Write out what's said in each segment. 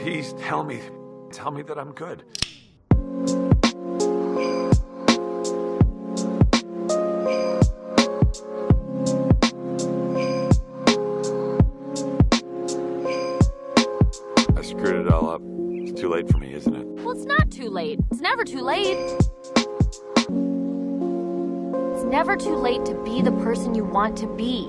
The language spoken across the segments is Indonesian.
Please tell me that I'm good. I screwed it all up. It's too late for me, isn't it? Well, it's not too late. It's never too late. It's never too late to be the person you want to be.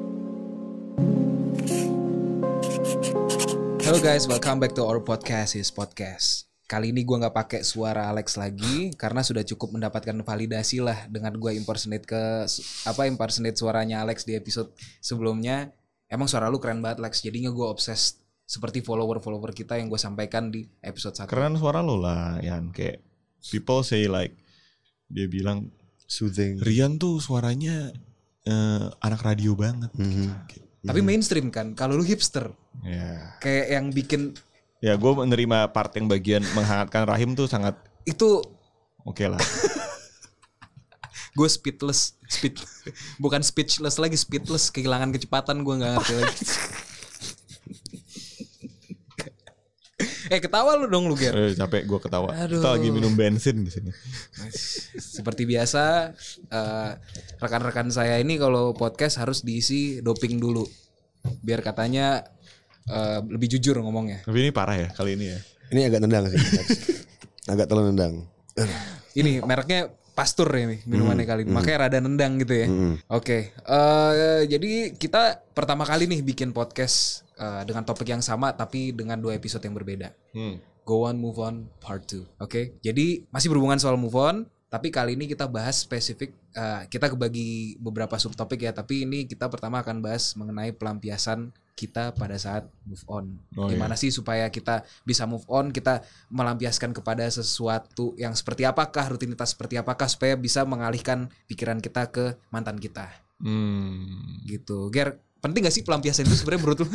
Hello guys, welcome back to our podcast, his podcast. Kali ini gue gak pakai suara Alex lagi karena sudah cukup mendapatkan validasi lah dengan gue impersonate suaranya Alex di episode sebelumnya. Emang suara lu keren banget Lex, jadinya gue obsessed seperti follower kita yang gue sampaikan di episode 1. Keren suara lu lah, Yan. Kayak people say like, dia bilang soothing. Rian tuh suaranya anak radio banget. Tapi mainstream kan, kalau lu hipster. Yeah. Kayak yang bikin. Ya gue menerima part yang bagian menghangatkan rahim tuh sangat. Itu oke lah. Gue bukan speechless lagi, speedless, kehilangan kecepatan, gue nggak ngerti lagi. Ketawa lu dong lu Ger. Capek gue ketawa. Aduh. Kita lagi minum bensin di sini. Seperti biasa, rekan-rekan saya ini kalau podcast harus diisi doping dulu, biar katanya lebih jujur ngomongnya. Tapi ini parah ya kali ini ya. Ini agak nendang sih. Agak terlalu nendang. Ini mereknya Pastur ini minumannya kali ini, makanya rada nendang gitu ya. Oke. Jadi kita pertama kali nih bikin podcast dengan topik yang sama tapi dengan 2 episode yang berbeda. Go on, move on, part 2. Oke. Jadi masih berhubungan soal move on, tapi kali ini kita bahas spesifik. Kita kebagi beberapa subtopik ya, tapi ini kita pertama akan bahas mengenai pelampiasan kita pada saat move on. Gimana sih supaya kita bisa move on, kita melampiaskan kepada sesuatu yang seperti apakah, rutinitas seperti apakah supaya bisa mengalihkan pikiran kita ke mantan kita. Gitu. Ger, penting gak sih pelampiasan itu sebenarnya menurut lu?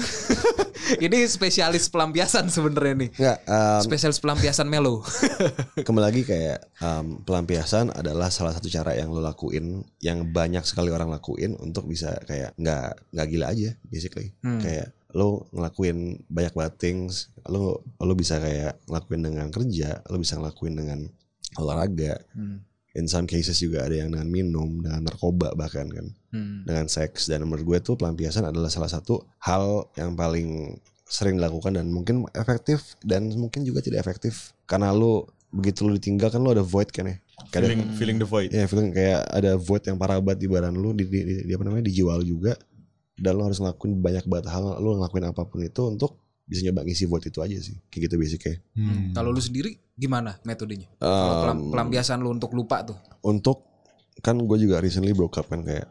Ini spesialis pelampiasan sebenarnya nih. Enggak, spesialis pelampiasan melo. Kembali lagi kayak pelampiasan adalah salah satu cara yang lo lakuin, yang banyak sekali orang lakuin untuk bisa kayak nggak gila aja basically. Kayak lo ngelakuin banyak banget things, lo bisa kayak ngelakuin dengan kerja, lo bisa ngelakuin dengan olahraga. In some cases juga ada yang dengan minum, dengan narkoba bahkan kan, dengan seks. Dan menurut gue tuh pelampiasan adalah salah satu hal yang paling sering dilakukan dan mungkin efektif dan mungkin juga tidak efektif. Karena lo begitu lo ditinggal kan lo ada void kan ya. Feeling the void. Ya feeling kayak ada void yang parah banget di badan lo, di jiwa lo juga. Dan lo harus ngelakuin banyak banget hal, lo ngelakuin apapun itu untuk bisa nyoba ngisi void itu aja sih. Kayak gitu basicnya. Kalau lu sendiri gimana metodenya? Kalau pelampiasan lu untuk lupa tuh? Untuk kan gue juga recently broke up kan kayak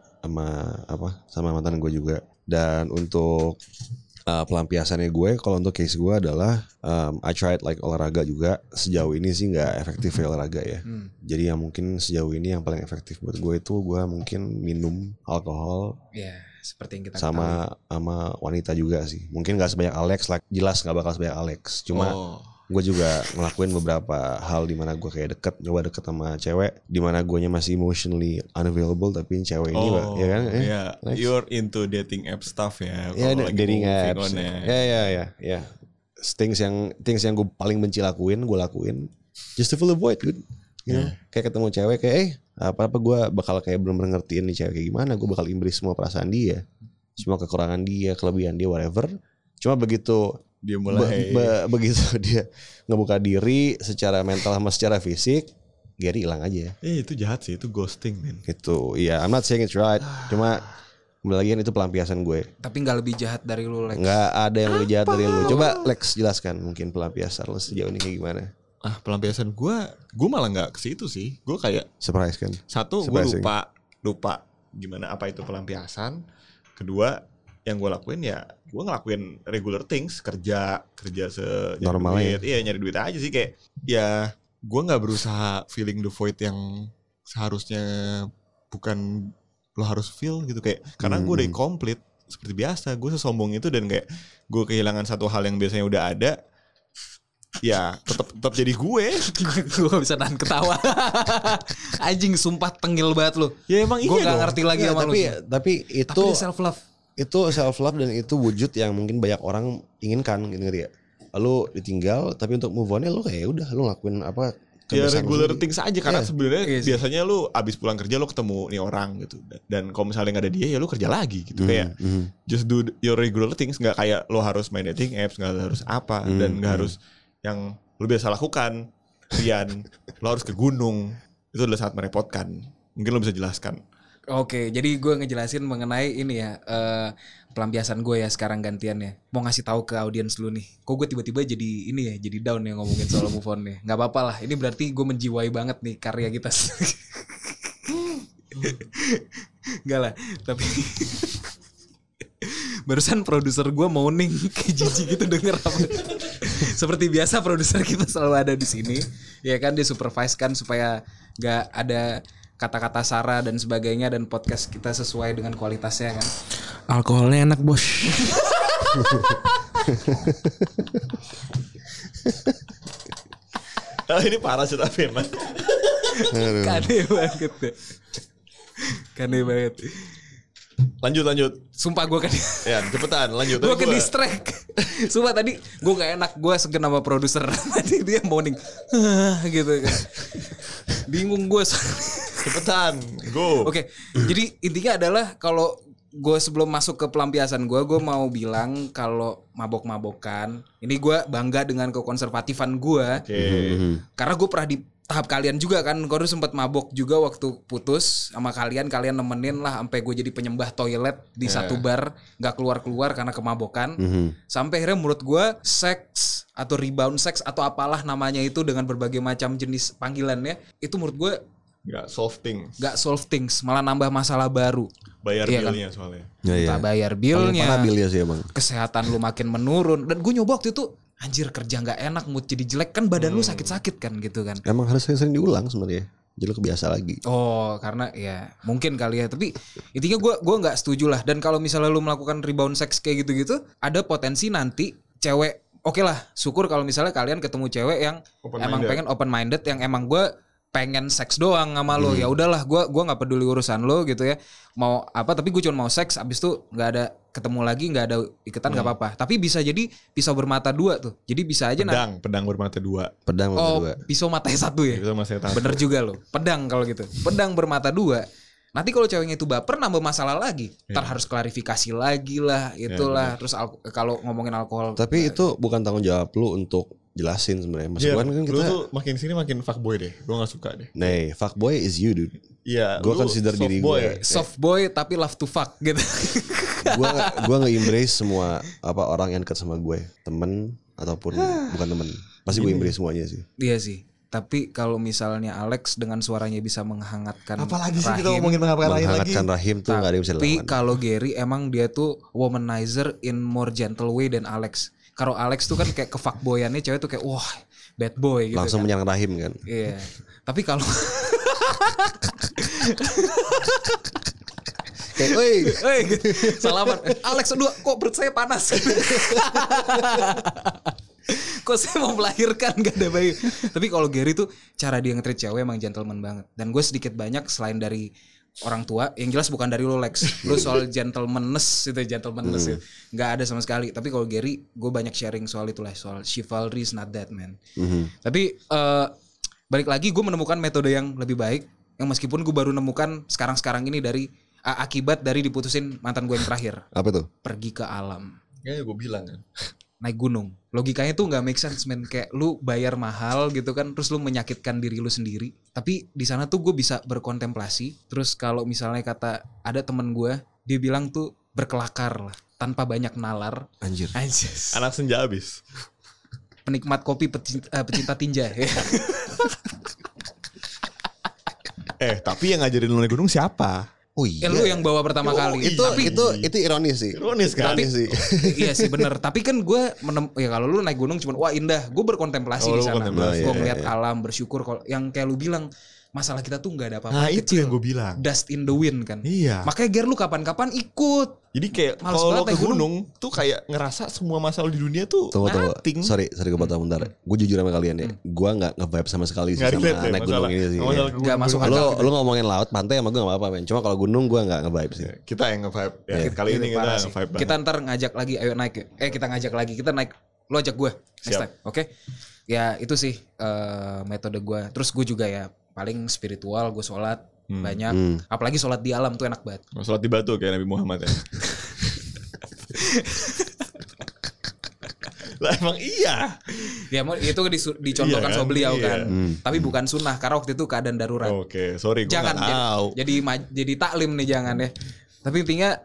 sama mantan gue juga. Dan untuk pelampiasannya gue, kalau untuk case gue adalah I tried like olahraga juga. Sejauh ini sih nggak efektif ya olahraga ya. Jadi yang mungkin sejauh ini yang paling efektif buat gue itu gue mungkin minum alkohol. Seperti yang kita sama wanita juga sih. Mungkin gak sebanyak Alex, jelas gak bakal sebanyak Alex. Cuma gue juga ngelakuin beberapa hal di mana gue kayak coba deket sama cewek, di mana guanya masih emotionally unavailable, tapi cewek ini ya kan? You're into dating app stuff ya? Ya, dating apps. Ya. Things yang gue paling benci lakuin, gue lakuin just to fill the void, dude. You know? Kayak ketemu cewek kayak apa gue bakal kayak bener-bener ngertiin nih cewek kayak gimana, gue bakal embrace semua perasaan dia, semua kekurangan dia, kelebihan dia, whatever. Cuma begitu dia mulai begitu dia ngebuka diri secara mental sama secara fisik, Gary hilang aja. Itu jahat sih, itu ghosting man. Itu iya, I'm not saying it's right, cuma kembali lagi itu pelampiasan gue. Tapi nggak lebih jahat dari lu Lex? Nggak ada yang lebih jahat dari lu. Coba Lex jelaskan mungkin pelampiasan lu sejauh ini kayak gimana? Pelampiasan gue malah nggak ke situ sih. Gue kayak surprise kan. Satu, gue lupa gimana apa itu pelampiasan. Kedua, yang gue lakuin ya gue ngelakuin regular things, kerja normalnya. Nyari duit aja sih. Kayak ya gue nggak berusaha feeling the void yang seharusnya bukan lo harus feel gitu, kayak karena gue udah complete seperti biasa. Gue sesombong itu dan kayak gue kehilangan satu hal yang biasanya udah ada. Ya tetap jadi gue. Gue gak bisa nahan ketawa. Anjing sumpah tengil banget lu. Ya emang iya. Gue gak ngerti lagi sama lu. Tapi itu self love. Itu self love dan itu wujud yang mungkin banyak orang inginkan gitu ya. lu ditinggal tapi untuk move on-nya lu kayak udah lu ngelakuin apa Ya kebiasaan lu regular sendiri. things aja karena sebenarnya Iya sih. biasanya lu abis pulang kerja lu ketemu nih orang gitu. Dan kalau misalnya nggak ada dia ya lu kerja lagi gitu kayak just do your regular things, nggak kayak lo harus main dating apps, nggak harus apa dan nggak harus yang lu biasa lakukan. Rian, lo harus ke gunung. Itu adalah sangat merepotkan. Mungkin lo bisa jelaskan. Oke, jadi gue ngejelasin mengenai ini ya pelampiasan gue ya sekarang gantiannya. Mau ngasih tahu ke audiens lu nih. Kok gue tiba-tiba jadi ini ya, jadi down ya ngomongin soal move on nih. Gak apa-apa lah. Ini berarti gue menjiwai banget nih karya kita. Enggak lah, tapi barusan produser gue moaning kayak jijik gitu denger apa. Seperti biasa produser kita selalu ada di sini, ya kan, dia supervise kan supaya nggak ada kata-kata sara dan sebagainya dan podcast kita sesuai dengan kualitasnya kan. Alkoholnya enak bos. Ini parah sih tapi emang. Kane banget deh. Kane banget. Lanjut. Sumpah gue kan Ya cepetan lanjut. gue ke distract. Sumpah tadi gue gak enak, gue segen sama produser. Tadi dia moaning gitu kan. Bingung gue. Cepetan. Go. Oke, jadi intinya adalah kalau gue sebelum masuk ke pelampiasan gue mau bilang kalau mabok-mabokan, ini gue bangga dengan kekonservatifan gue. Oke. Karena gue pernah di tahap kalian juga kan, gue dulu sempet mabok juga waktu putus sama kalian nemenin lah sampai gue jadi penyembah toilet di satu bar, nggak keluar karena kemabokan. Sampai akhirnya menurut gue seks atau rebound seks atau apalah namanya itu dengan berbagai macam jenis panggilannya, itu menurut gue Gak solve things. nggak solve things, malah nambah masalah baru. Bayar Iya kan? billnya soalnya. Entah bayar Paling billnya, parah bilnya sih emang. kesehatan lu makin menurun. Dan gue nyoba waktu itu, anjir kerja nggak enak, mood jadi jelek kan, badan lu sakit-sakit kan gitu kan. Emang harus sering diulang sebenarnya. Jadi lu kebiasa lagi. Oh, karena ya mungkin kali ya. Tapi intinya gue nggak setuju lah. Dan kalau misalnya lu melakukan rebound sex kayak gitu-gitu, ada potensi nanti cewek. Oke lah, syukur kalau misalnya kalian ketemu cewek yang emang pengen open minded, yang emang gue pengen seks doang sama lo. Ya udahlah, gue nggak peduli urusan lo gitu ya. Mau apa? Tapi gue cuma mau seks. Abis itu nggak ada ketemu lagi, nggak ada ikatan, nggak apa-apa. Tapi bisa jadi pisau bermata dua tuh. Jadi bisa aja Pedang bermata dua. Pedang Oh, dua. pisau matanya satu ya. Itu masih tahu. Bener juga loh. Pedang kalau gitu. Pedang bermata dua. Nanti kalau ceweknya itu baper nambah masalah lagi. Ntar harus klarifikasi lagi lah, itulah. Terus kalau ngomongin alkohol. Tapi itu bukan tanggung jawab lu untuk jelasin sebenarnya. Maksud gua kan Lu kita tuh makin sini makin fuckboy deh. Gue gak suka deh. Nah, fuckboy is you dude. Iya. Gua lu consider soft diri boy. gua. Soft boy tapi love to fuck gitu. Gua nge-embrace semua apa orang yang dekat sama gue, temen ataupun bukan temen. Pasti gue embrace semuanya sih. Iya sih. Tapi kalau misalnya Alex dengan suaranya bisa menghangatkan Apalagi sih kita rahim. ngomongin mengapa lain lagi. Menghangatkan rahim tuh gak ada yang bisa Tapi dilawan. kalau Gary emang dia tuh womanizer in more gentle way than Alex. Kalau Alex tuh kan kayak ke fuckboyannya cewek tuh kayak wah bad boy gitu. Langsung kan. menyerang rahim kan. Iya. Tapi kalau Kayak, woi, salaman. Alex aduh kok perut saya panas. Kok saya mau melahirkan gak ada bayi. Tapi kalau Gary tuh cara dia nge-treat cewek emang gentleman banget. Dan gue sedikit banyak selain dari orang tua, yang jelas bukan dari lo Lex. Lo soal gentlemanness itu, itu nggak ada sama sekali. Tapi kalau Gary, gue banyak sharing soal itulah, soal chivalry is not that man. Tapi balik lagi gue menemukan metode yang lebih baik, yang meskipun gue baru nemukan sekarang ini dari akibat dari diputusin mantan gue yang terakhir. apa tuh? Pergi ke alam, Kayaknya gue bilang kan. naik gunung. Logikanya tuh nggak make sense men, kayak lu bayar mahal gitu kan, terus lu menyakitkan diri lu sendiri. Tapi di sana tuh gue bisa berkontemplasi. Terus kalau misalnya kata ada temen gue, dia bilang tuh berkelakar lah, tanpa banyak nalar. Anjir. Anjir. Anak senja abis. Penikmat kopi pecinta tinja. Tapi yang ngajarin lu naik gunung siapa? Oh iya. Lu yang bawa pertama kali. Itu ironis sih. Ironis kan? Ironis sih. Iya sih bener. Tapi kan gue ya kalau lu naik gunung cuman wah indah. Gue berkontemplasi Oh, di lu sana. kontemplasi. Gue ngeliat alam, bersyukur. Kalau yang kayak lu bilang masalah kita tuh nggak ada apa-apa. Nah itu yang gue bilang. Dust in the wind kan. Iya. Makanya Ger lu kapan-kapan ikut. Jadi kayak Males kalau lo banget ke naik gunung. gunung tuh kayak ngerasa semua masalah di dunia tuh Tunggu. nothing. Sorry gue potong bentar. Gue jujur sama kalian ya. Gue gak nge-vibe sama sekali sih Nggak sama relate deh naik gunung ini sih. masalah ke Nggak gunung. masuk akal. Lo ngomongin laut, pantai sama gue gak apa-apa men. Cuma kalau gunung gue gak nge-vibe sih. Kita yang nge-vibe. Ya, Iya. kali ini kita Parah sih. nge-vibe banget. Kita ntar ngajak lagi, ayo naik yuk. Kita ngajak lagi, kita naik Lo ajak gue next Siap. time, oke? Ya itu sih metode gue. Terus gue juga ya paling spiritual, gue sholat banyak. Apalagi sholat di alam tuh enak banget. Sholat di batu kayak Nabi Muhammad ya. Lah emang iya. Ya itu dicontohkan Iya kan? sama beliau kan. Iya. Tapi bukan sunnah karena waktu itu keadaan darurat. Oke, sorry gue Jangan nggak tahu. jadi taklim nih jangan ya. Tapi intinya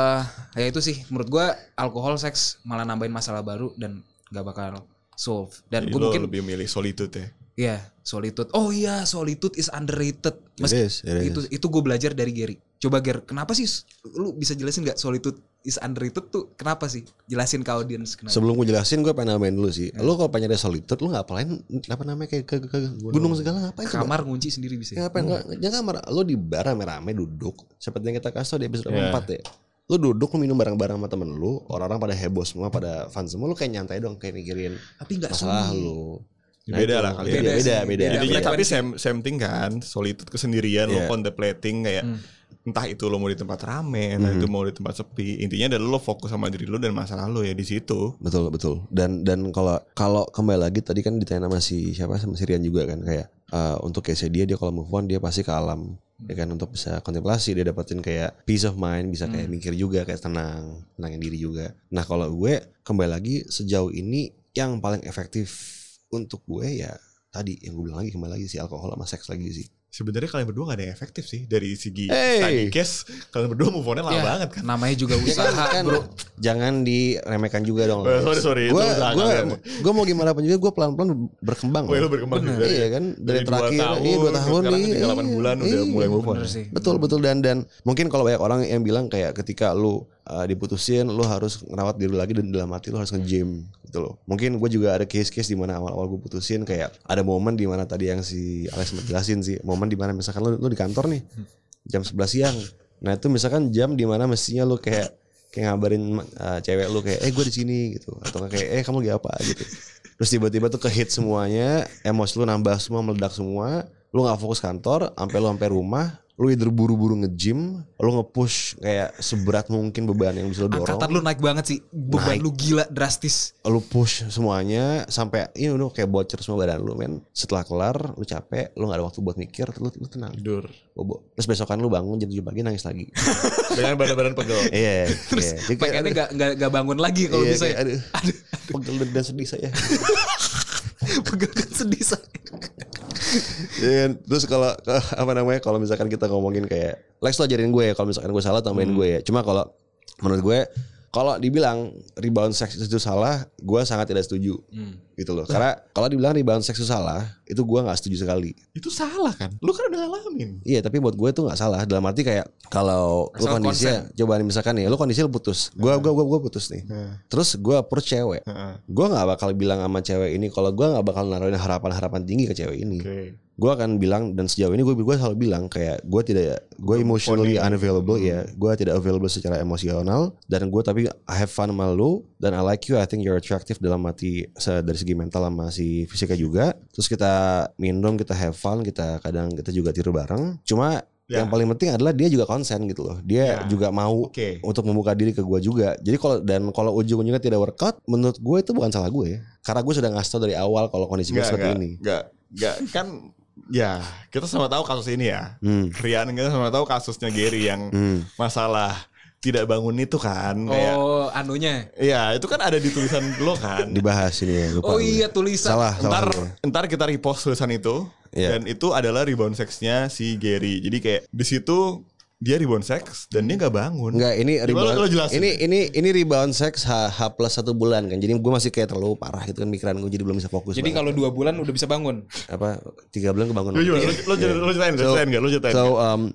ya itu sih menurut gue alkohol seks malah nambahin masalah baru dan gak bakal solve. Dan Jadi gue lo mungkin lebih milih solitude ya. ya solitude. Oh iya solitude is underrated. It is. Itu gue belajar dari Gary. Coba Ger, kenapa sih lu bisa jelasin nggak solitude is underrated tuh kenapa sih? Jelasin ke audiens kenapa. Sebelum gue jelasin, gue pengen namain dulu sih. Lu kalau pengen ada solitude, lu ngapain? Apa namanya kayak ke gunung segala ngapain? coba? Kamar ngunci sendiri bisa. Ya, ngapain? Jangan kamar. Lu di bar rame-rame duduk. Seperti yang kita kasih tau di episode 4 ya. Lu duduk, lu minum bareng-bareng sama temen lu. Orang-orang pada heboh semua, pada fun semua. Lu kayak nyantai dong, kayak mikirin Tapi nggak masalah sunyi. lu. Beda lah kali ya. Beda. Jadinya Beda. tapi same thing kan. Solitude kesendirian, lo Iya. contemplating kayak entah itu lo mau di tempat rame, entah itu mau di tempat sepi. Intinya adalah lo fokus sama diri lo dan masalah lo ya di situ. Betul. Dan kalau kembali lagi tadi kan ditanya sama sama si Rian juga kan kayak untuk case dia kalau move on dia pasti ke alam. Ya kan untuk bisa kontemplasi dia dapetin kayak peace of mind, bisa kayak mikir juga kayak tenangin diri juga. Nah, kalau gue kembali lagi sejauh ini yang paling efektif untuk gue ya tadi yang gue bilang lagi kembali lagi si alkohol sama seks lagi sih. Sebenarnya kalian berdua gak ada yang efektif sih dari segi Hey. study case. Kalian berdua move on-nya lama Ya, banget kan. namanya juga usaha kan, bro. jangan diremehkan juga dong. Sorry, itu usaha kalian. Gue mau gimana pun juga gue pelan-pelan berkembang. Gue loh. lo berkembang juga. Iya kan dari terakhir 2 tahun, ini 2 tahun sekarang nih. 8 bulan udah mulai move on. Bener sih. Betul dan mungkin kalau banyak orang yang bilang kayak ketika lu diputusin lu harus ngerawat diri lagi dan dalam hati lu harus nge-gym gitu loh. Mungkin gue juga ada case-case di mana awal-awal gue putusin kayak ada momen di mana tadi yang si Alex jelasin sih, momen di mana misalkan lu di kantor nih jam 11 siang. Nah, itu misalkan jam di mana mestinya lu kayak ngabarin cewek lu kayak gue di sini gitu atau kayak kamu lagi apa gitu. Terus tiba-tiba tuh ke-hit semuanya, emosi lu nambah semua, meledak semua, lu enggak fokus kantor sampai rumah. Lu either buru-buru nge-gym, lu nge-push kayak seberat mungkin beban yang bisa lu dorong. Angkatan lu naik banget sih. Beban Naik. lu gila drastis. Lu push semuanya sampai lu kayak bocor semua badan lu men. Setelah kelar lu capek, lu gak ada waktu buat mikir, lu tenang. Tidur. Bobo. Terus besokan lu bangun jam 7 pagi nangis lagi. Dengan badan-badan pegel. Iya. Terus Jadi kayak, pengennya gak bangun lagi kalau iya, bisa. kayak, aduh. Pegel dan sedih saya. Pegel kan sedih saya. Ya, terus kalau misalkan kita ngomongin kayak Lex lo ajarin gue ya, kalau misalkan gue salah tambahin gue ya. Cuma kalau menurut gue kalau dibilang rebound seks itu salah, gue sangat tidak setuju gitu loh. Karena kalau dibilang rebound seks itu salah, itu gue nggak setuju sekali. Itu salah kan? Lu kan udah ngalamin. Iya, tapi buat gue itu nggak salah. Dalam arti kayak kalau lu Asal kondisinya, coba nih misalkan nih, lu kondisinya lu putus, gue putus nih. Terus gue approach cewek, gue nggak bakal bilang sama cewek ini kalau gue nggak bakal naruhin harapan tinggi ke cewek ini. Oke. Gue akan bilang dan sejauh ini gue selalu bilang kayak gue emotionally unavailable ya, gue tidak available secara emosional dan gue tapi I have fun sama lu dan I like you, I think you're attractive dalam arti dari segi mental sama si fisiknya juga. Terus kita minum, kita have fun, kita juga tidur bareng. Cuma yang paling penting adalah dia juga konsen gitu loh. Dia juga mau untuk membuka diri ke gue juga. Jadi kalau ujung-ujungnya tidak workout, menurut gue itu bukan salah gue ya. Karena gue sudah ngasih tau dari awal kalau kondisi gue seperti ini. Enggak kan. Ya, kita sama tahu kasus ini ya. Rian kita sama tahu kasusnya Gary yang masalah tidak bangun itu kan. Oh, anunya. Iya, itu kan ada di tulisan lo kan. Dibahas ini ya. Lupa Oh gue. iya tulisan. Salah. Ntar kita repost tulisan itu. Dan itu adalah rebound seksnya si Gary. Jadi kayak di situ dia rebound seks dan dia nggak bangun. Enggak, ini rebound. Lo jelasin. Ini rebound seks H plus 1 bulan kan. Jadi gue masih kayak terlalu parah itu kan pikiran gue, jadi belum bisa fokus. Jadi kalau 2 bulan udah bisa bangun. apa 3 bulan kebangun. Lo ceritain nggak? Lo ceritain. So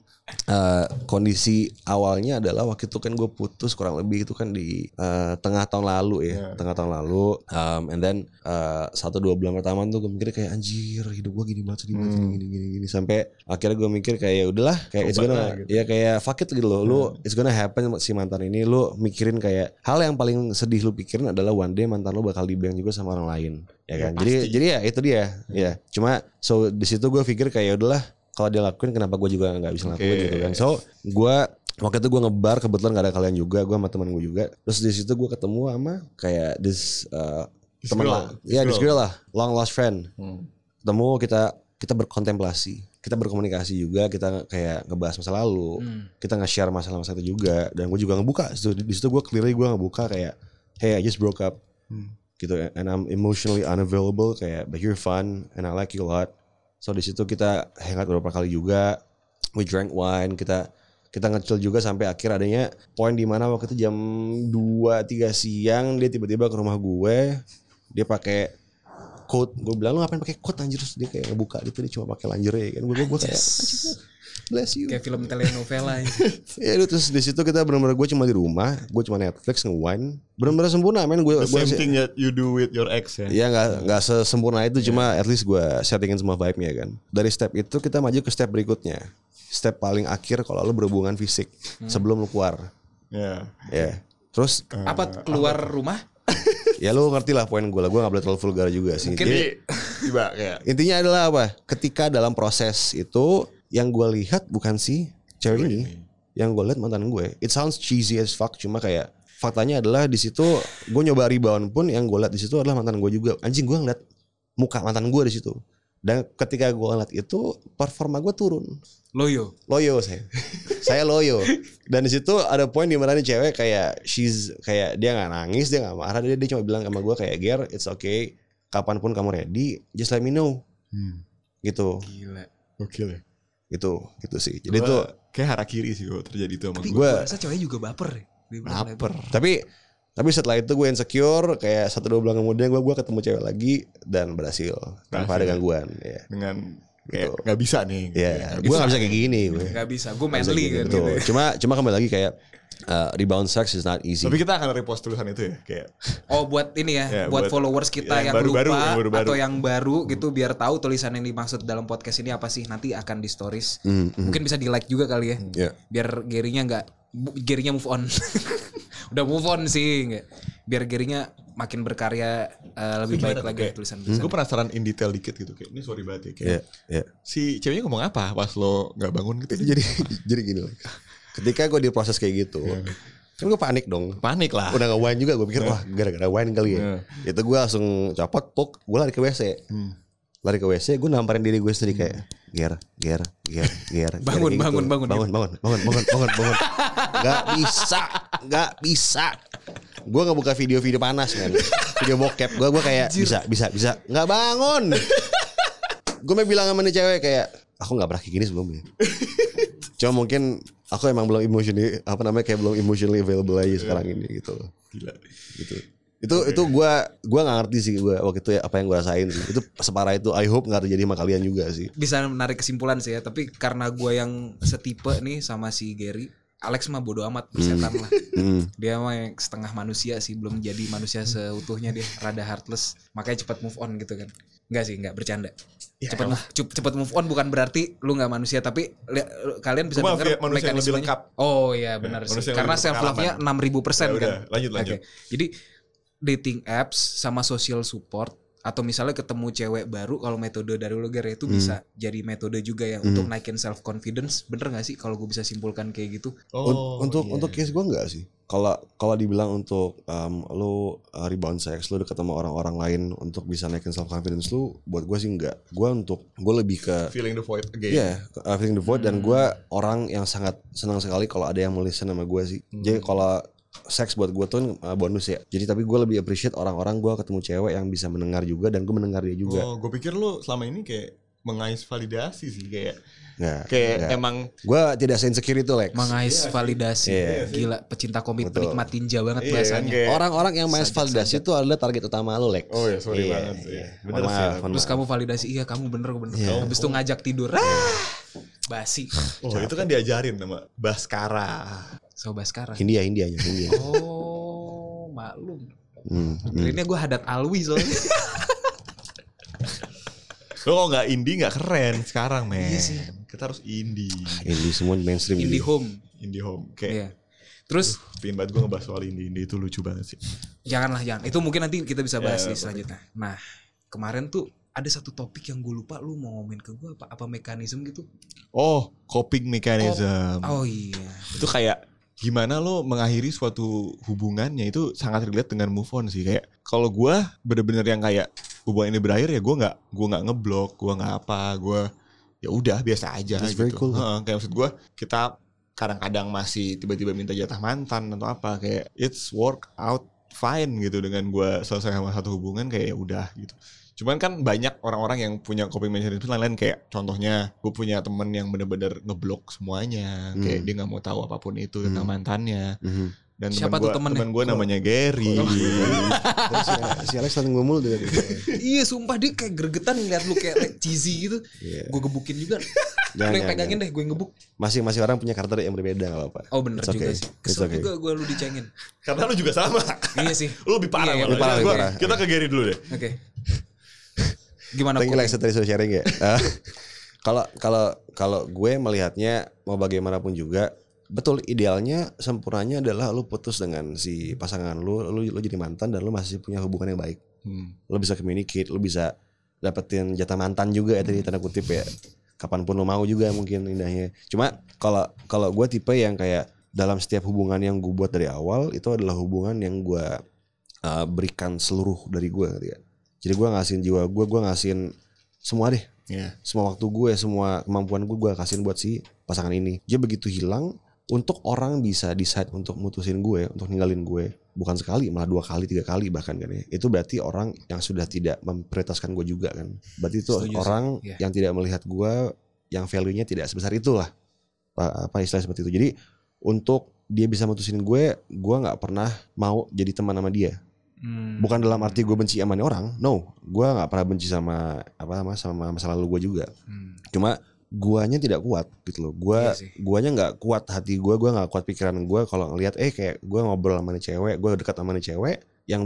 kondisi awalnya adalah waktu itu kan gue putus kurang lebih itu kan di tengah tahun lalu ya. Tengah tahun lalu and then 1-2 bulan pertama tuh gue mikir kayak anjir hidup gue gini banget gini sampai akhirnya gue mikir kayak ya udahlah kayak it's gonna gitu. Ya kayak fuck it gitu loh. Lu it's gonna happen si mantan ini, lu mikirin kayak hal yang paling sedih lu pikirin adalah one day mantan lu bakal di-bang juga sama orang lain ya kan. Jadi ya itu dia ya. Cuma so di situ gue pikir kayak ya udahlah kalau dia lakuin kenapa gue juga nggak bisa lakuin gitu kan. So gue waktu itu gue ngebar kebetulan gak ada kalian juga, gue sama teman gue juga. Terus di situ gue ketemu sama kayak this teman lah. Ya, this girl lah, long lost friend. Ketemu kita berkontemplasi, kita berkomunikasi juga, kita kayak ngebahas masa lalu, kita nge-share masalah-masalah itu juga, dan gue juga ngebuka. Di situ gue clearly gue ngebuka kayak, hey I just broke up, gitu, and I'm emotionally unavailable, kayak but you're fun and I like you a lot. So di situ kita hangout beberapa kali juga, we drank wine, kita nge-chill juga sampai akhir adanya poin di mana waktu itu jam 2-3 siang dia tiba-tiba ke rumah gue, dia pakai coat, gue bilang lu ngapain pakai coat anjir, terus dia kayak ngebuka gitu, dia cuma pakai lingerie kan, gue kayak bless you, kayak film telenovela. Ya terus di situ kita benar-benar, gue cuma di rumah, gue cuma Netflix nge-wine, benar-benar sempurna men. Gue same thing that you do with your ex ya. Ya nggak sesempurna itu, cuma at least gue settingin semua vibe-nya kan. Dari step itu kita maju ke step berikutnya, step paling akhir kalau lu berhubungan fisik sebelum lu keluar. Ya. Terus Apa keluar rumah? Ya lu ngerti lah poin gue lah, gue gak boleh terlalu vulgar juga sih. Jadi tiba kayak intinya adalah apa? Ketika dalam proses itu yang gue lihat bukan si cewek ini, yang gue lihat mantan gue. It sounds cheesy as fuck, cuma kayak faktanya adalah di situ gue nyoba rebound pun yang gue lihat di situ adalah mantan gue juga. Anjing, gue ngeliat muka mantan gue di situ. Dan ketika gue ngeliat itu, performa gue turun. Loyo Saya loyo. Dan di situ ada poin di mana nih cewek kayak kayak dia nggak nangis, dia nggak marah, dia cuma bilang sama gue kayak, Ger, it's okay, kapanpun kamu ready, just let me know. Gitu. Gila. gokil ya. Gitu sih. Jadi itu kayak harakiri sih kalau terjadi itu sama gue. Gue rasa cewek juga baper ya. Baper. Tapi setelah itu gue insecure, kayak 1-2 bulan kemudian gue ketemu cewek lagi dan berhasil tanpa ada gangguan. Ya. Dengan kayak nggak bisa nih. Ya, gue nggak bisa kayak gini. Nggak bisa, gue manly kan. Gitu. Cuma kembali lagi kayak rebound sex is not easy. Tapi kita akan repost tulisan itu ya, kayak. Oh buat ini ya, Ya, buat buat followers kita yang baru-baru, lupa yang baru-baru. atau yang baru gitu, biar tahu tulisan yang dimaksud dalam podcast ini apa sih. Nanti akan di stories. Mungkin bisa di like juga kali ya. Yeah. Biar Gerinya move on. Udah move on sih, nggak. Biar Gerinya makin berkarya lebih baik lagi tulisan-tulisan. Gue penasaran in detail dikit gitu, kayak ini sorry banget ya, kayak si ceweknya ngomong apa pas lo nggak bangun gitu. Jadi gini loh. Ketika gue di proses kayak gitu, kan gue panik dong. Panik lah. Udah nge-wine juga, gue pikir wah gara-gara wine kali ya. Itu gue langsung copot, gue lari ke WC. Lari ke WC, gue namparin diri gue sendiri kayak Ger. Bangun. Gak bisa. Gue ngebuka video-video panas kan, video bokep. Gue kayak bisa, nggak bangun. Gue mau bilang sama nih cewek kayak, aku nggak pernah kayak gini sebelumnya. Cuma mungkin aku emang belum belum emotionally available aja sekarang ini gitu. Gila. Gitu. Itu gue nggak ngerti sih gue waktu itu ya, apa yang gue rasain sih. Itu separah itu. I hope nggak terjadi sama kalian juga sih. Bisa menarik kesimpulan sih ya. Tapi karena gue yang setipe nih sama si Gary, Alex mah bodo amat, bersetan lah. Dia mah yang setengah manusia sih, belum jadi manusia seutuhnya, dia rada heartless. Makanya cepat move on gitu kan. Enggak bercanda. Cepat move on bukan berarti lu nggak manusia, tapi kalian bisa dengar mekanismenya. Oh iya benar sih. Karena self love-nya 6.000% kan. Lanjut. Okay. Jadi dating apps sama social support atau misalnya ketemu cewek baru, kalau metode dari lo Ger itu bisa jadi metode juga yang untuk naikin self confidence. Bener nggak sih kalau gue bisa simpulkan kayak gitu? Untuk case gue enggak sih. Kalau dibilang untuk lo rebound sex, lo deket sama orang-orang lain untuk bisa naikin self confidence lo, buat gue sih enggak. Gue lebih ke Feeling the void again. Iya, feeling the void. Dan gue orang yang sangat senang sekali kalau ada yang mau listen sama gue sih. Jadi kalau seks buat gue tuh bonus ya. Jadi tapi gue lebih appreciate orang-orang gue ketemu cewek yang bisa mendengar juga dan gue mendengar dia juga. Oh, gue pikir lo selama ini kayak mengais validasi sih, kayak Nggak. emang gue tidak se-insecure itu, Lex. Mengais validasi. Gila, pecinta komik penikmat tinja banget bahasanya. Kayak Orang-orang yang mengais validasi itu adalah target utama lo, Lex. Oh ya, sorry banget sih. Bener sih. Terus kamu validasi, iya kamu bener. Habis itu ngajak tidur. Basi. Oh, itu kan diajarin sama Baskara. So Baskara. Hindia. Oh, maklum. Ini gue Hadat Alwi soalnya. Lo kalau nggak indie nggak keren sekarang, men. Iya sih. Kita harus indie. Ini semua mainstream. Indie home. Indie home. Kayak. Iya. Terus Pengen banget gue ngebahas soal indie itu lucu banget sih. jangan. Itu mungkin nanti kita bisa bahas di selanjutnya. Nah, kemarin tuh ada satu topik yang gue lupa, lu mau ngomongin ke gue apa mekanisme gitu. Oh, coping mechanism. Oh iya. Itu kayak gimana lo mengakhiri suatu hubungannya itu sangat relate dengan move on sih. Kayak kalau gue bener-bener yang kayak hubungan ini berakhir ya gue nggak ngeblok, gue nggak apa, gue ya udah biasa aja. That's gitu. very cool. Kayak maksud gue kita kadang-kadang masih tiba-tiba minta jatah mantan atau apa, kayak it's work out fine gitu dengan gue selesai sama satu hubungan kayak ya udah gitu. Cuman kan banyak orang-orang yang punya coping mechanism lain-lain, kayak contohnya gue punya temen yang bener-bener ngeblok semuanya, kayak dia nggak mau tahu apapun itu tentang mantannya. Dan Siapa tuh temennya? temen gue namanya Gary. Terus si Alex selalu ngomong dari Iya sumpah dia kayak gregetan ngeliat lu kayak cheesy gitu. Gue gebukin juga. Lu yang pegangin deh, gue yang gebuk. Masing-masing orang punya karakter yang berbeda gak apa-apa. Oh bener It's juga okay. sih. It's Kesel okay. juga gue lu dicengin. Karena lu juga sama. Iya sih. Lu lebih parah. Iya, malah. lebih parah, lebih parah. Kita ke Gary dulu deh. Oke. Gimana Thank you Ko? Lex tadi sudah sharing ya. Kalau gue melihatnya mau bagaimanapun juga, betul idealnya sempurnanya adalah lu putus dengan si pasangan lu jadi mantan dan lu masih punya hubungan yang baik. Lu bisa communicate, lu bisa dapetin jatah mantan juga ya tadi tanda kutip ya. Kapanpun lu mau juga mungkin indahnya. Cuma kalau gue tipe yang kayak dalam setiap hubungan yang gue buat dari awal itu adalah hubungan yang gue berikan seluruh dari gue gitu ya. Jadi gue ngasihin jiwa gue ngasihin semua deh. Iya. Semua waktu gue, semua kemampuan gue kasihin buat si pasangan ini. Dia begitu hilang, untuk orang bisa decide untuk mutusin gue, untuk ninggalin gue, bukan sekali, malah 2 kali, 3 kali bahkan kan ya. Itu berarti orang yang sudah tidak memprioritaskan gue juga kan. Berarti itu Setuju orang sih. Yeah. yang tidak melihat gue, yang value-nya tidak sebesar itulah. Apa istilah seperti itu. Jadi untuk dia bisa mutusin gue nggak pernah mau jadi teman sama dia. Bukan dalam arti gue benci sama orang, no, gue nggak pernah benci sama masa lalu gue juga. Cuma guanya tidak kuat gitu loh. Guanya nggak kuat hati gue nggak kuat pikiran gue kalau ngelihat kayak gue ngobrol sama nih cewek, gue dekat sama nih cewek yang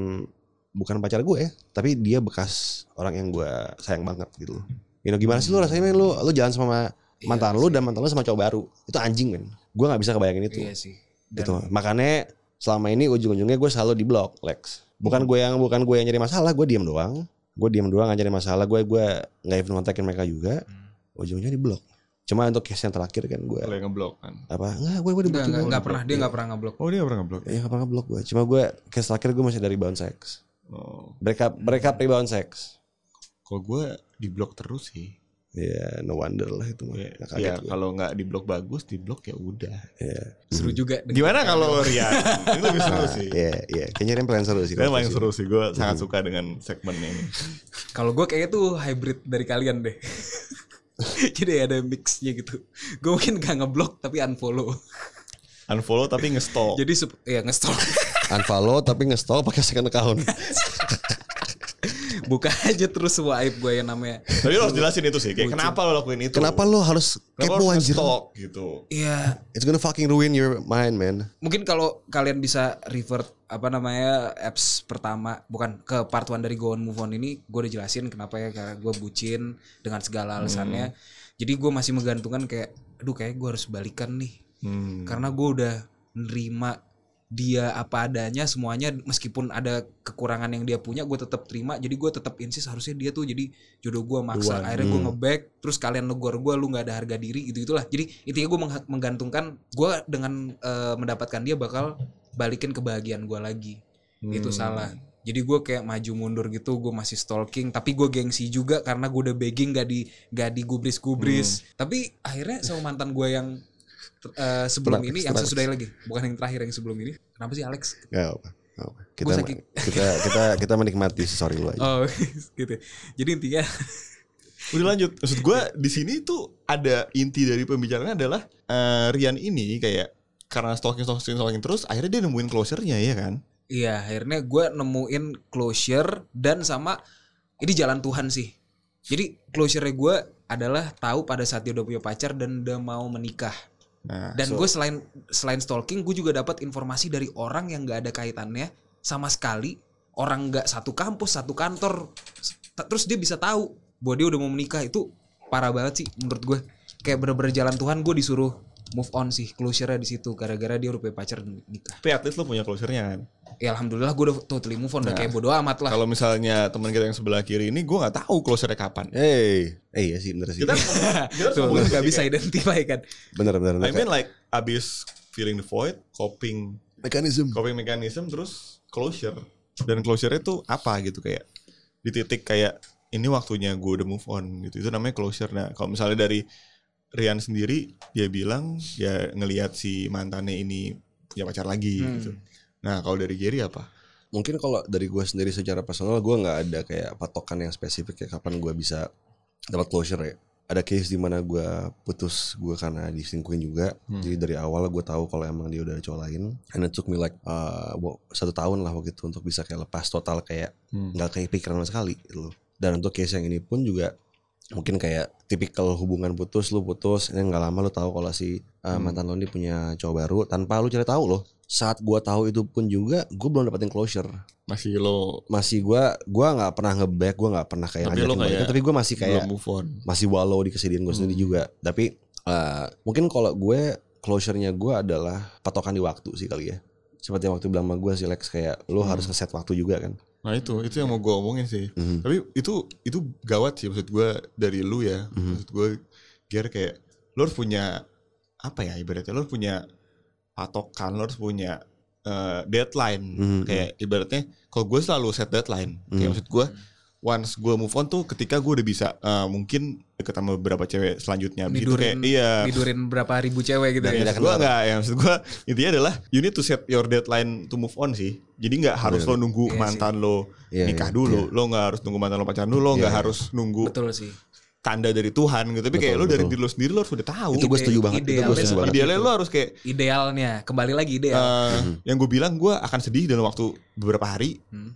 bukan pacar gue ya, tapi dia bekas orang yang gue sayang banget gitu loh. Gimana sih lu rasanya lu jalan sama mantan lu dan mantan lu sama cowok baru, itu anjing kan. Gue nggak bisa kebayangin itu. Iya sih. Gitu. Makanya selama ini ujung-ujungnya gue selalu di blok, Lex. Bukan gue yang nyari masalah, gue diem doang nggak nyari masalah, gue nggak even kontakin mereka juga. Ujungnya di blok. Cuma untuk case yang terakhir kan gue Kalau yang ngeblok kan. apa nggak gue di blok juga. Nggak pernah, dia nggak pernah ngeblok. Oh dia pernah ngeblok. Ya nggak pernah ngeblok gue. Cuma gue case terakhir gue masih dari bound sex. Oh. Mereka rebound sex. Kalau gue di blok terus sih. Ya no wonder lah itu mah. Nggak kaget Ya gue. kalau nggak di blok bagus, di blok ya udah. Ya. Seru juga. Gimana kalau Rian? Ini lebih seru sih. Iya. Kayaknya yang paling seru sih. Ini paling seru sih. Gue sangat suka dengan segmennya ini. Kalau gue kayaknya tuh hybrid dari kalian deh. Jadi ada mixnya gitu. Gue mungkin gak ngeblok tapi unfollow. Unfollow tapi nge-stalk. Jadi nge-stalk. Unfollow tapi nge-stalk pakai second account. Buka aja terus semua aib gue yang namanya. Tapi lo harus jelasin itu sih. Kayak kenapa lo lakuin itu? Kenapa lo harus Kenapa kepo lo anjir? nge-stalk gitu? Iya. It's gonna fucking ruin your mind, man. Mungkin kalau kalian bisa revert apps pertama, bukan ke part 1 dari Go On Move On ini, gue udah jelasin kenapa ya, karena gue bucin dengan segala alasannya. Jadi gue masih menggantungkan kayak, aduh kayak gue harus balikan nih. Karena gue udah nerima dia apa adanya semuanya, meskipun ada kekurangan yang dia punya gue tetap terima. Jadi gue tetap insist harusnya dia tuh jadi jodoh gue, maksa. Akhirnya gue nge-back, terus kalian negor gue, lu nggak ada harga diri, itulah. Jadi intinya gue menggantungkan gue dengan mendapatkan dia bakal balikin kebahagiaan gue lagi. Itu salah. Jadi gue kayak maju mundur gitu, gue masih stalking, tapi gue gengsi juga karena gue udah begging gak digubris-gubris. Tapi akhirnya sama mantan gue yang sebelum ini, yang sesudah lagi, bukan yang terakhir, yang sebelum ini. Kenapa sih Alex? Gak apa. Kita menikmati sorry lu aja. Oh gitu. Jadi intinya Udah lanjut. Maksud gue di sini tuh ada inti dari pembicaraan adalah Rian ini kayak karena stalking terus, akhirnya dia nemuin closure-nya ya kan? iya, akhirnya gue nemuin closure dan sama ini jalan Tuhan sih. Jadi closure-nya gue adalah tahu pada saat dia udah punya pacar dan udah mau menikah. Nah, Dan gue selain stalking, gue juga dapat informasi dari orang yang gak ada kaitannya sama sekali, orang gak satu kampus, satu kantor, terus dia bisa tahu bahwa dia udah mau menikah. Itu parah banget sih menurut gue. Kayak bener-bener jalan Tuhan, gue disuruh move on sih, closure-nya di situ gara-gara dia udah punya pacar dan nikah. tapi at least lo punya closure-nya kan? Ya alhamdulillah gue udah totally move on, udah kayak bodo amat lah. Kalau misalnya teman kita yang sebelah kiri ini, gue nggak tahu closure-nya kapan. Iya sih bener sih. Kita Tuh, ngomongin gak sih bisa kayak, identify kan. Bener. I mean like abis feeling the void, coping Mechanism. mechanism, terus closure. Dan closure itu apa gitu, kayak di titik kayak ini waktunya gue udah move on gitu. Itu namanya closure. Nah kalau misalnya dari Rian sendiri, dia bilang ya ngelihat si mantannya ini punya pacar lagi gitu. Nah kalau dari Gary apa? Mungkin kalau dari gue sendiri secara personal, gue nggak ada kayak patokan yang spesifik ya kapan gue bisa dapat closure ya. Ada case di mana gue putus gue karena diselingkuhin juga. Jadi dari awal gue tahu kalau emang dia udah ada cowok lain. And it took me like 1 tahun lah waktu itu untuk bisa kayak lepas total, kayak nggak kayak pikiran sama sekali gitu. Dan untuk case yang ini pun juga mungkin kayak tipikal hubungan putus, lu putus, ini nggak lama lu tahu kalau si mantan lo ini punya cowok baru tanpa lu cari tahu loh. Saat gue tahu itu pun juga gue belum dapetin closure. Masih gue nggak pernah nge-back, gue nggak pernah kayak ngajakin balikan, tapi gue masih kayak move on. Masih wallow di kesedihan gue sendiri juga. Tapi mungkin kalau gue closure-nya gue adalah patokan di waktu sih kali ya. Seperti yang waktu bilang sama gue sih Lex, kayak lu harus nge-set waktu juga kan. Nah itu yang mau gue omongin sih. Tapi itu gawat sih maksud gue dari lu ya. Maksud gue Ger, kayak lu harus punya apa ya, ibaratnya lu harus punya patokan, lo harus punya deadline. Kayak ibaratnya kalau gue selalu set deadline. Kayak maksud gue once gue move on tuh ketika gue udah bisa mungkin deket sama beberapa cewek selanjutnya. Midurin berapa ribu cewek gitu ya. Maksud gue enggak ya, maksud gue intinya adalah you need to set your deadline to move on sih. Jadi gak harus lo nunggu mantan lo nikah dulu. Lo gak harus nunggu mantan lo pacaran dulu. Lo gak harus nunggu Betul sih. tanda dari Tuhan gitu. Tapi kayak lo dari diri lo sendiri lo harus udah tahu. Itu gue setuju banget. Idealnya lo harus kayak idealnya kembali lagi ideal. Yang gue bilang gue akan sedih dalam waktu beberapa hari.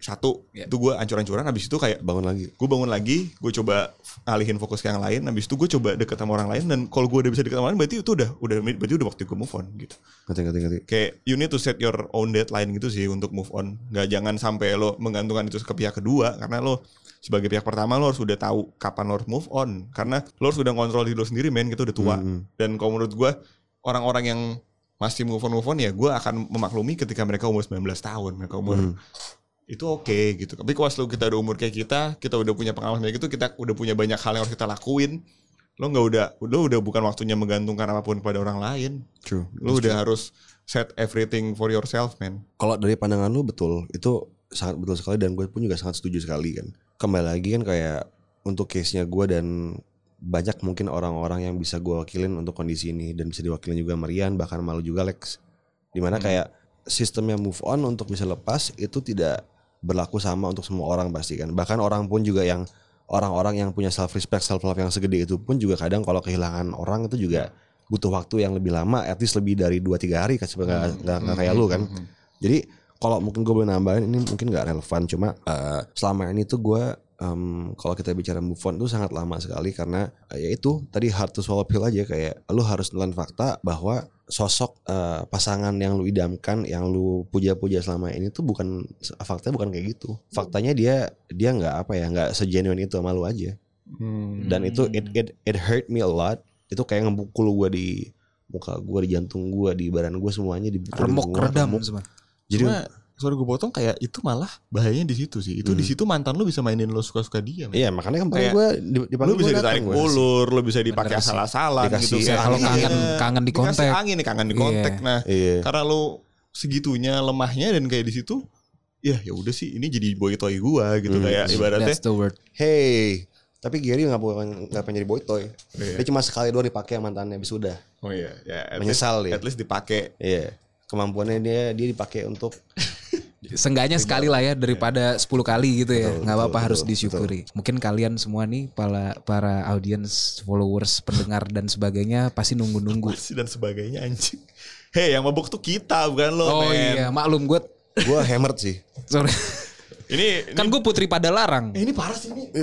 Itu gue ancur-ancuran. Habis itu kayak bangun lagi. Gue bangun lagi. Gue coba alihin fokus ke yang lain. Habis itu gue coba deket sama orang lain. Dan kalau gue udah bisa deket sama orang lain, berarti itu udah waktu gue move on gitu. Ngerti. Kayak you need to set your own deadline gitu sih untuk move on. Jangan sampai lo menggantungkan itu ke pihak kedua. Karena lo sebagai pihak pertama lo harus udah tahu kapan lo harus move on. Karena lo harus udah ngontrol diri lo sendiri, men. Kita udah tua. Dan kalau menurut gue, orang-orang yang masih move on ya, gue akan memaklumi ketika mereka umur 19 tahun. Mereka umur itu oke gitu. Tapi kalau kita udah umur kayak kita udah punya pengalaman kayak gitu, kita udah punya banyak hal yang harus kita lakuin. Lo udah bukan waktunya menggantungkan apapun pada orang lain. True. Lo udah harus set everything for yourself, man. Kalau dari pandangan lu betul, itu sangat betul sekali, dan gue pun juga sangat setuju sekali kan. Kembali lagi kan kayak untuk case-nya gue, dan banyak mungkin orang-orang yang bisa gue wakilin untuk kondisi ini, dan bisa diwakilin juga Marian, bahkan malu juga Lex. Dimana kayak sistemnya move on untuk bisa lepas itu tidak berlaku sama untuk semua orang pasti kan. Bahkan orang pun juga yang orang-orang yang punya self respect, self love yang segede itu pun juga kadang kalau kehilangan orang itu juga butuh waktu yang lebih lama, at least lebih dari 2-3 hari kan, nggak kayak lu kan. Jadi kalau mungkin gue boleh nambahin, ini mungkin nggak relevan, cuma selama ini tuh gue kalau kita bicara move on tuh sangat lama sekali, karena ya itu tadi hard to swallow pill aja, kayak lu harus nelan fakta bahwa sosok pasangan yang lu idamkan, yang lu puja-puja selama ini tuh faktanya bukan kayak gitu. Faktanya dia nggak segenuine itu sama lu aja. Dan itu it hurt me a lot. Itu kayak ngebukul gue di muka gue, di jantung gue, di badan gue, semuanya remuk redam semua. Jadi sorry gue potong, kayak itu malah bahayanya di situ sih. Itu di situ mantan lu bisa mainin lo suka-suka dia. Iya, makanya kemarin gue dipanggil, lu bisa ditarik ulur, lu bisa dipakai asal-asalan gitu. Kalau kangen di kontak. Kangen di kontak. Nah, karena lu segitunya lemahnya, dan kayak di situ ya udah sih, ini jadi boy toy gua gitu. Kayak ibaratnya That's the word. Hey, tapi Gary nggak pengen jadi boy toy. Dia cuma sekali doang dipakai mantannya, habis udah. Oh iya, ya. Menyesal dia. At least dipakai. Iya. Kemampuannya dia dipakai untuk seenggaknya sekali lah ya, daripada 10 kali gitu ya. Nggak apa-apa, harus disyukuri. Mungkin kalian semua nih para audience, followers, pendengar dan sebagainya pasti nunggu-nunggu. Dan sebagainya, anjing. Hey, yang mabuk tuh kita, bukan lo. Oh men. iya, maklum gue hammered sih. sorry. Ini Kan gue putri pada larang. ini parah sih ini.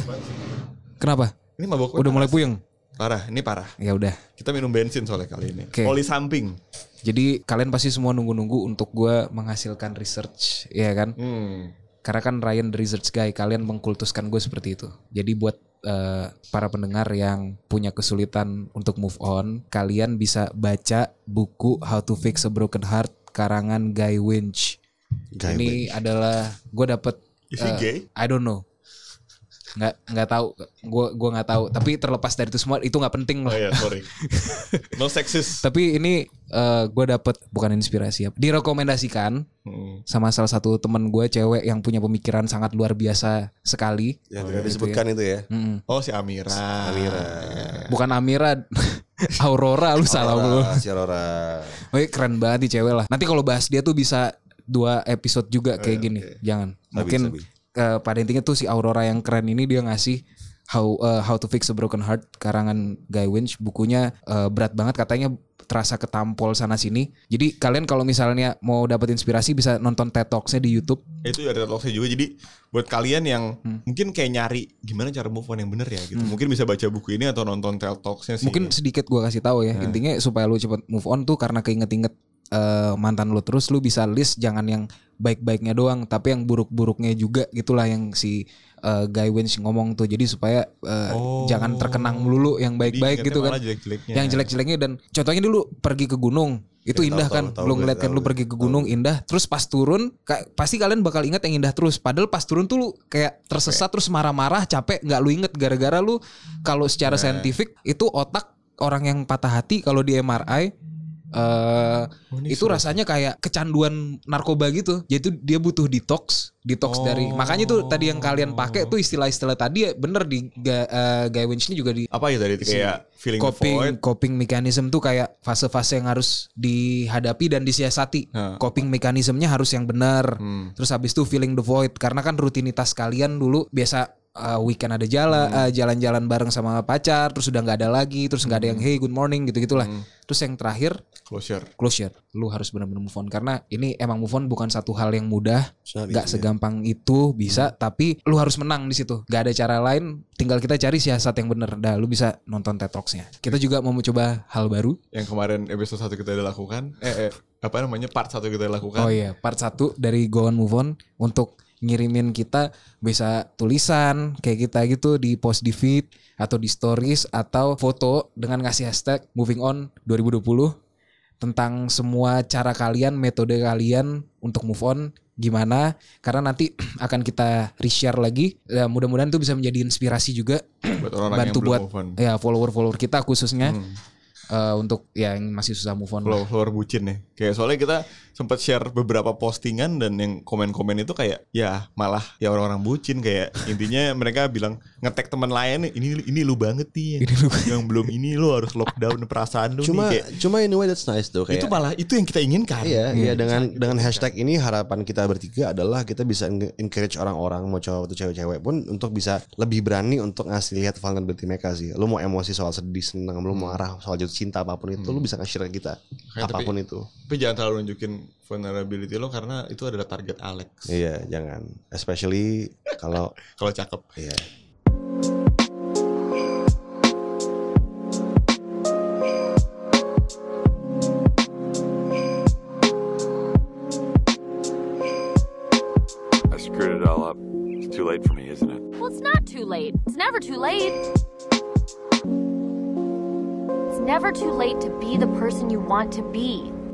Kenapa? Ini mabuk Udah mulai puyeng. Parah, ini parah. Ya udah. Kita minum bensin soalnya kali ini. Oke. Oli samping. Jadi kalian pasti semua nunggu-nunggu untuk gue menghasilkan research, ya kan? Karena kan Ryan the research guy, kalian mengkultuskan gue seperti itu. Jadi buat para pendengar yang punya kesulitan untuk move on, kalian bisa baca buku How to Fix a Broken Heart karangan Guy Winch. Ini adalah gue dapet Is he gay? I don't know. nggak tahu. Gue nggak tahu. Tapi terlepas dari itu semua, itu nggak penting Oh lah. iya, sorry. No sexist. Tapi ini gue dapet bukan inspirasi ya, direkomendasikan sama salah satu teman gue cewek yang punya pemikiran sangat luar biasa sekali. Yang tidak disebutkan itu ya. Oh si Amira. Bukan Amira, Aurora, lu salah lu. Si Aurora. Wih, keren banget nih cewek lah. Nanti kalau bahas dia tuh bisa 2 episode juga kayak gini. Jangan. Mungkin pada intinya tuh si Aurora yang keren ini dia ngasih How to Fix a Broken Heart karangan Guy Winch. Bukunya berat banget katanya, terasa ketampol sana sini. Jadi kalian kalau misalnya mau dapat inspirasi bisa nonton TED Talks-nya di YouTube. Itu ada TED Talks-nya juga. Jadi buat kalian yang mungkin kayak nyari gimana cara move on yang bener ya gitu. Mungkin bisa baca buku ini atau nonton TED Talks-nya sih. Mungkin sedikit gue kasih tahu ya. Intinya supaya lu cepet move on tuh karena keinget-inget mantan lu terus, lu bisa list jangan yang baik-baiknya doang, tapi yang buruk-buruknya juga gitulah yang si Guy Winch ngomong tuh. Jadi supaya jangan terkenang melulu yang baik-baik gitu kan. Yang jelek-jeleknya. Dan contohnya dulu pergi ke gunung. Itu Ya, indah kan. Lu ngeliat kan lu pergi ke gunung indah. Terus pas turun pasti kalian bakal ingat yang indah terus. Padahal pas turun tuh lu kayak tersesat terus marah-marah, capek, gak lu inget gara-gara lu kalau secara saintifik itu otak orang yang patah hati kalau di MRI itu rasanya kayak kecanduan narkoba gitu. Jadi dia butuh detox dari. Makanya tuh tadi yang kalian pakai tuh istilah-istilah tadi ya bener di Guy Winch ini juga di apa ya tadi kayak feeling the void. Coping mechanism tuh kayak fase-fase yang harus dihadapi dan disiasati. Coping mechanismnya harus yang benar. Terus habis itu feeling the void karena kan rutinitas kalian dulu biasa weekend ada jalan-jalan bareng sama pacar, terus udah nggak ada lagi, terus nggak ada yang hey good morning gitu-gitulah. Terus yang terakhir closure. Lu harus benar-benar move on karena ini emang move on bukan satu hal yang mudah, nggak segampang itu bisa, tapi lu harus menang di situ. Nggak ada cara lain, tinggal kita cari siasat yang benar. Dah, lu bisa nonton TED Talks-nya. Kita juga mau mencoba hal baru. Yang kemarin episode 1 kita udah lakukan, part 1 kita lakukan. Oh iya, part 1 dari Go On Move On untuk ngirimin kita bisa tulisan kayak kita gitu di post di feed atau di stories atau foto dengan ngasih hashtag Moving On 2020 tentang semua cara kalian, metode kalian untuk move on gimana, karena nanti akan kita reshare lagi. Ya, mudah-mudahan itu bisa menjadi inspirasi juga buat orang-orang bantu yang belum buat move on. Ya follower kita khususnya untuk yang masih susah move on. Follower bucin nih. Kayak soalnya kita sempat share beberapa postingan dan yang komen-komen itu kayak ya malah ya orang-orang bucin, kayak intinya mereka bilang nge-tag teman lain, ini lu banget nih yang belum ini lu harus lockdown perasaan lu nih. Cuma in a way that's nice tuh, kayak itu malah itu yang kita inginkan. Iya dengan hashtag ini harapan kita bertiga adalah kita bisa encourage orang-orang mau cowok atau cewek-cewek pun untuk bisa lebih berani untuk ngasih lihat vulnerability mereka sih. Lu mau emosi soal sedih, senang, lu mau marah soal jatuh cinta apapun itu, lu bisa nge-share ke kita apapun itu. Tapi jangan terlalu nunjukin vulnerability lo karena itu adalah target Alex. Iya, jangan. Especially kalau cakep. Iya. I screwed it all up. It's too late for me, isn't it? Well, it's not too late. It's never too late. It's never too late to be the person you want to be.